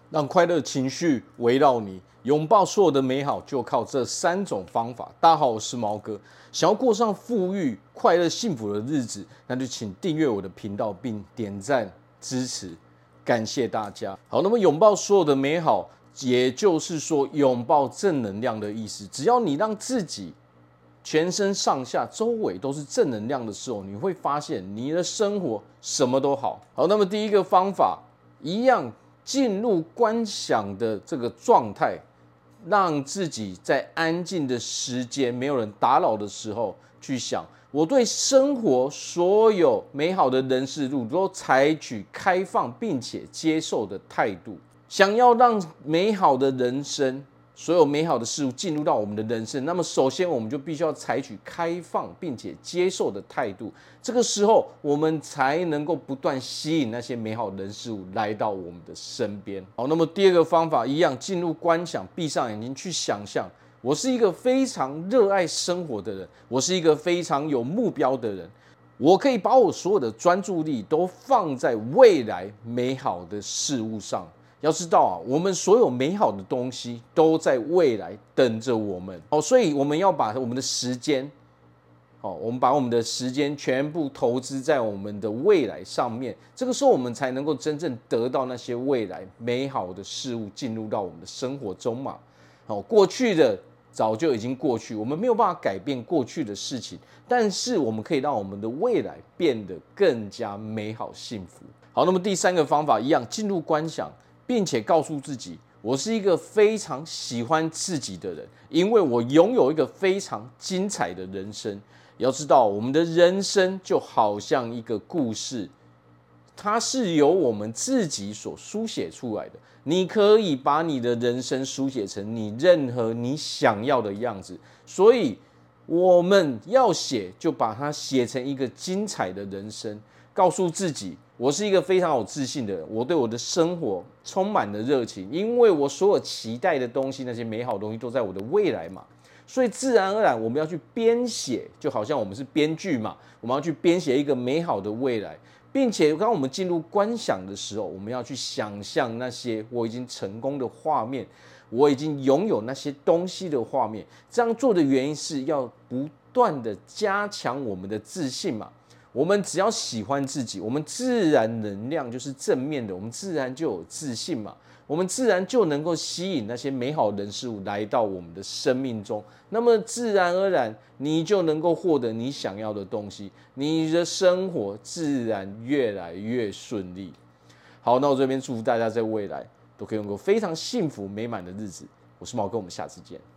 让快乐情绪围绕你，拥抱所有的美好，就靠这3种方法。大家好，我是毛哥。想要过上富裕、快乐、幸福的日子，那就请订阅我的频道并点赞支持，感谢大家。好，那么拥抱所有的美好，也就是说拥抱正能量的意思。只要你让自己全身上下、周围都是正能量的时候，你会发现你的生活什么都好。好，那么第一个方法一样。进入观想的这个状态，让自己在安静的时间、没有人打扰的时候，去想我对生活所有美好的人事物都采取开放并且接受的态度。想要让美好的人生、所有美好的事物进入到我们的人生，那么首先我们就必须要采取开放并且接受的态度。这个时候，我们才能够不断吸引那些美好的人事物来到我们的身边。好，那么第二个方法一样，进入观想，闭上眼睛去想象，我是一个非常热爱生活的人，我是一个非常有目标的人，我可以把我所有的专注力都放在未来美好的事物上。要知道啊，我们所有美好的东西都在未来等着我们。所以我们要把我们的时间，我们把我们的时间全部投资在我们的未来上面。这个时候，我们才能够真正得到那些未来美好的事物进入到我们的生活中嘛。过去的早就已经过去，我们没有办法改变过去的事情，但是我们可以让我们的未来变得更加美好幸福。好，那么第3个方法一样，进入观想。并且告诉自己，我是一个非常喜欢自己的人，因为我拥有一个非常精彩的人生。要知道，我们的人生就好像一个故事，它是由我们自己所书写出来的。你可以把你的人生书写成你任何你想要的样子，所以我们要写，就把它写成一个精彩的人生。告诉自己，我是一个非常有自信的人，我对我的生活充满了热情，因为我所有期待的东西，那些美好的东西都在我的未来嘛，所以自然而然我们要去编写，就好像我们是编剧嘛，我们要去编写一个美好的未来，并且当我们进入观想的时候，我们要去想象那些我已经成功的画面，我已经拥有那些东西的画面。这样做的原因是要不断的加强我们的自信嘛。我们只要喜欢自己，我们自然能量就是正面的，我们自然就有自信嘛，我们自然就能够吸引那些美好的人事物来到我们的生命中，那么自然而然你就能够获得你想要的东西，你的生活自然越来越顺利。好，那我这边祝福大家在未来都可以拥有非常幸福美满的日子。我是毛哥，我们下次见。